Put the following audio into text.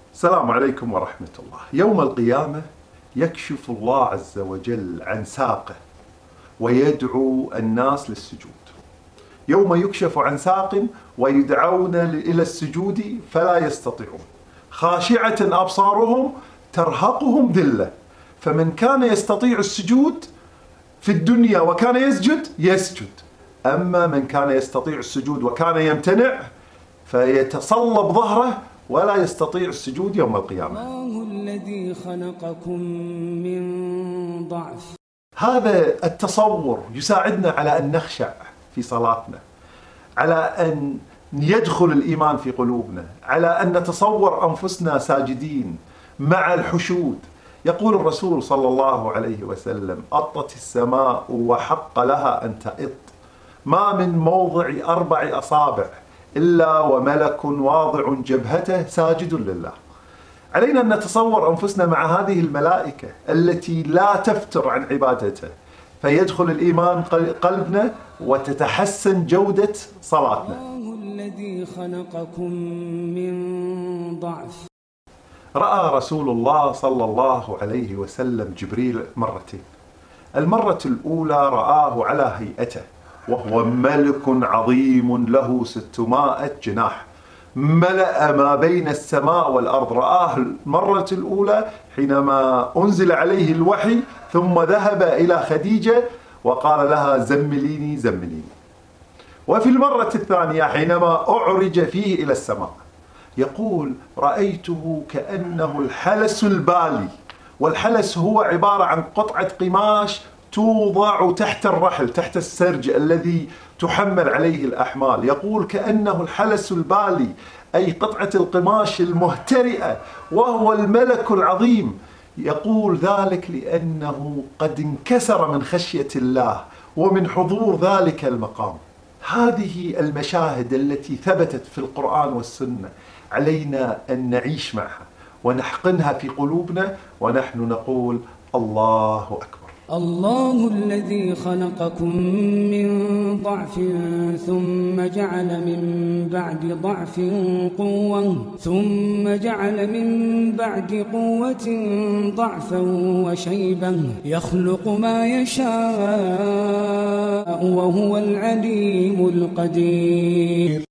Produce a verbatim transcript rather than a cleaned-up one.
السلام عليكم ورحمة الله. يوم القيامة يكشف الله عز وجل عن ساقه ويدعو الناس للسجود. يوم يكشف عن ساق ويدعون إلى السجود فلا يستطيعون، خاشعة أبصارهم ترهقهم ذلة. فمن كان يستطيع السجود في الدنيا وكان يسجد يسجد، أما من كان يستطيع السجود وكان يمتنع فيتصلب ظهره ولا يستطيع السجود يوم القيامة. الله الذي خلقكم من ضعف. هذا التصور يساعدنا على أن نخشع في صلاتنا، على أن يدخل الإيمان في قلوبنا، على أن نتصور أنفسنا ساجدين مع الحشود. يقول الرسول صلى الله عليه وسلم: أطت السماء وحق لها أن تئط، ما من موضع أربع أصابع إلا وملك واضع جبهته ساجد لله. علينا أن نتصور أنفسنا مع هذه الملائكة التي لا تفتر عن عبادته، فيدخل الإيمان قلبنا وتتحسن جودة صلاتنا. الله الذي خلقكم من ضعف. رأى رسول الله صلى الله عليه وسلم جبريل مرتين. المرة الأولى رآه على هيئته وهو ملك عظيم له ستمائة جناح، ملأ ما بين السماء والأرض. رآه المرة الأولى حينما أنزل عليه الوحي، ثم ذهب إلى خديجة وقال لها: زمليني زمليني. وفي المرة الثانية حينما أعرج فيه إلى السماء، يقول: رأيته كأنه الحلس البالي. والحلس هو عبارة عن قطعة قماش توضع تحت الرحل، تحت السرج الذي تحمل عليه الأحمال. يقول: كأنه الحلس البالي، أي قطعة القماش المهترئة، وهو الملك العظيم. يقول ذلك لأنه قد انكسر من خشية الله ومن حضور ذلك المقام. هذه المشاهد التي ثبتت في القرآن والسنة علينا أن نعيش معها ونحقنها في قلوبنا، ونحن نقول: الله أكبر. الله الذي خلقكم من ضعف ثم جعل من بعد ضعف قوة ثم جعل من بعد قوة ضعفا وشيبا يخلق ما يشاء وهو العليم القدير.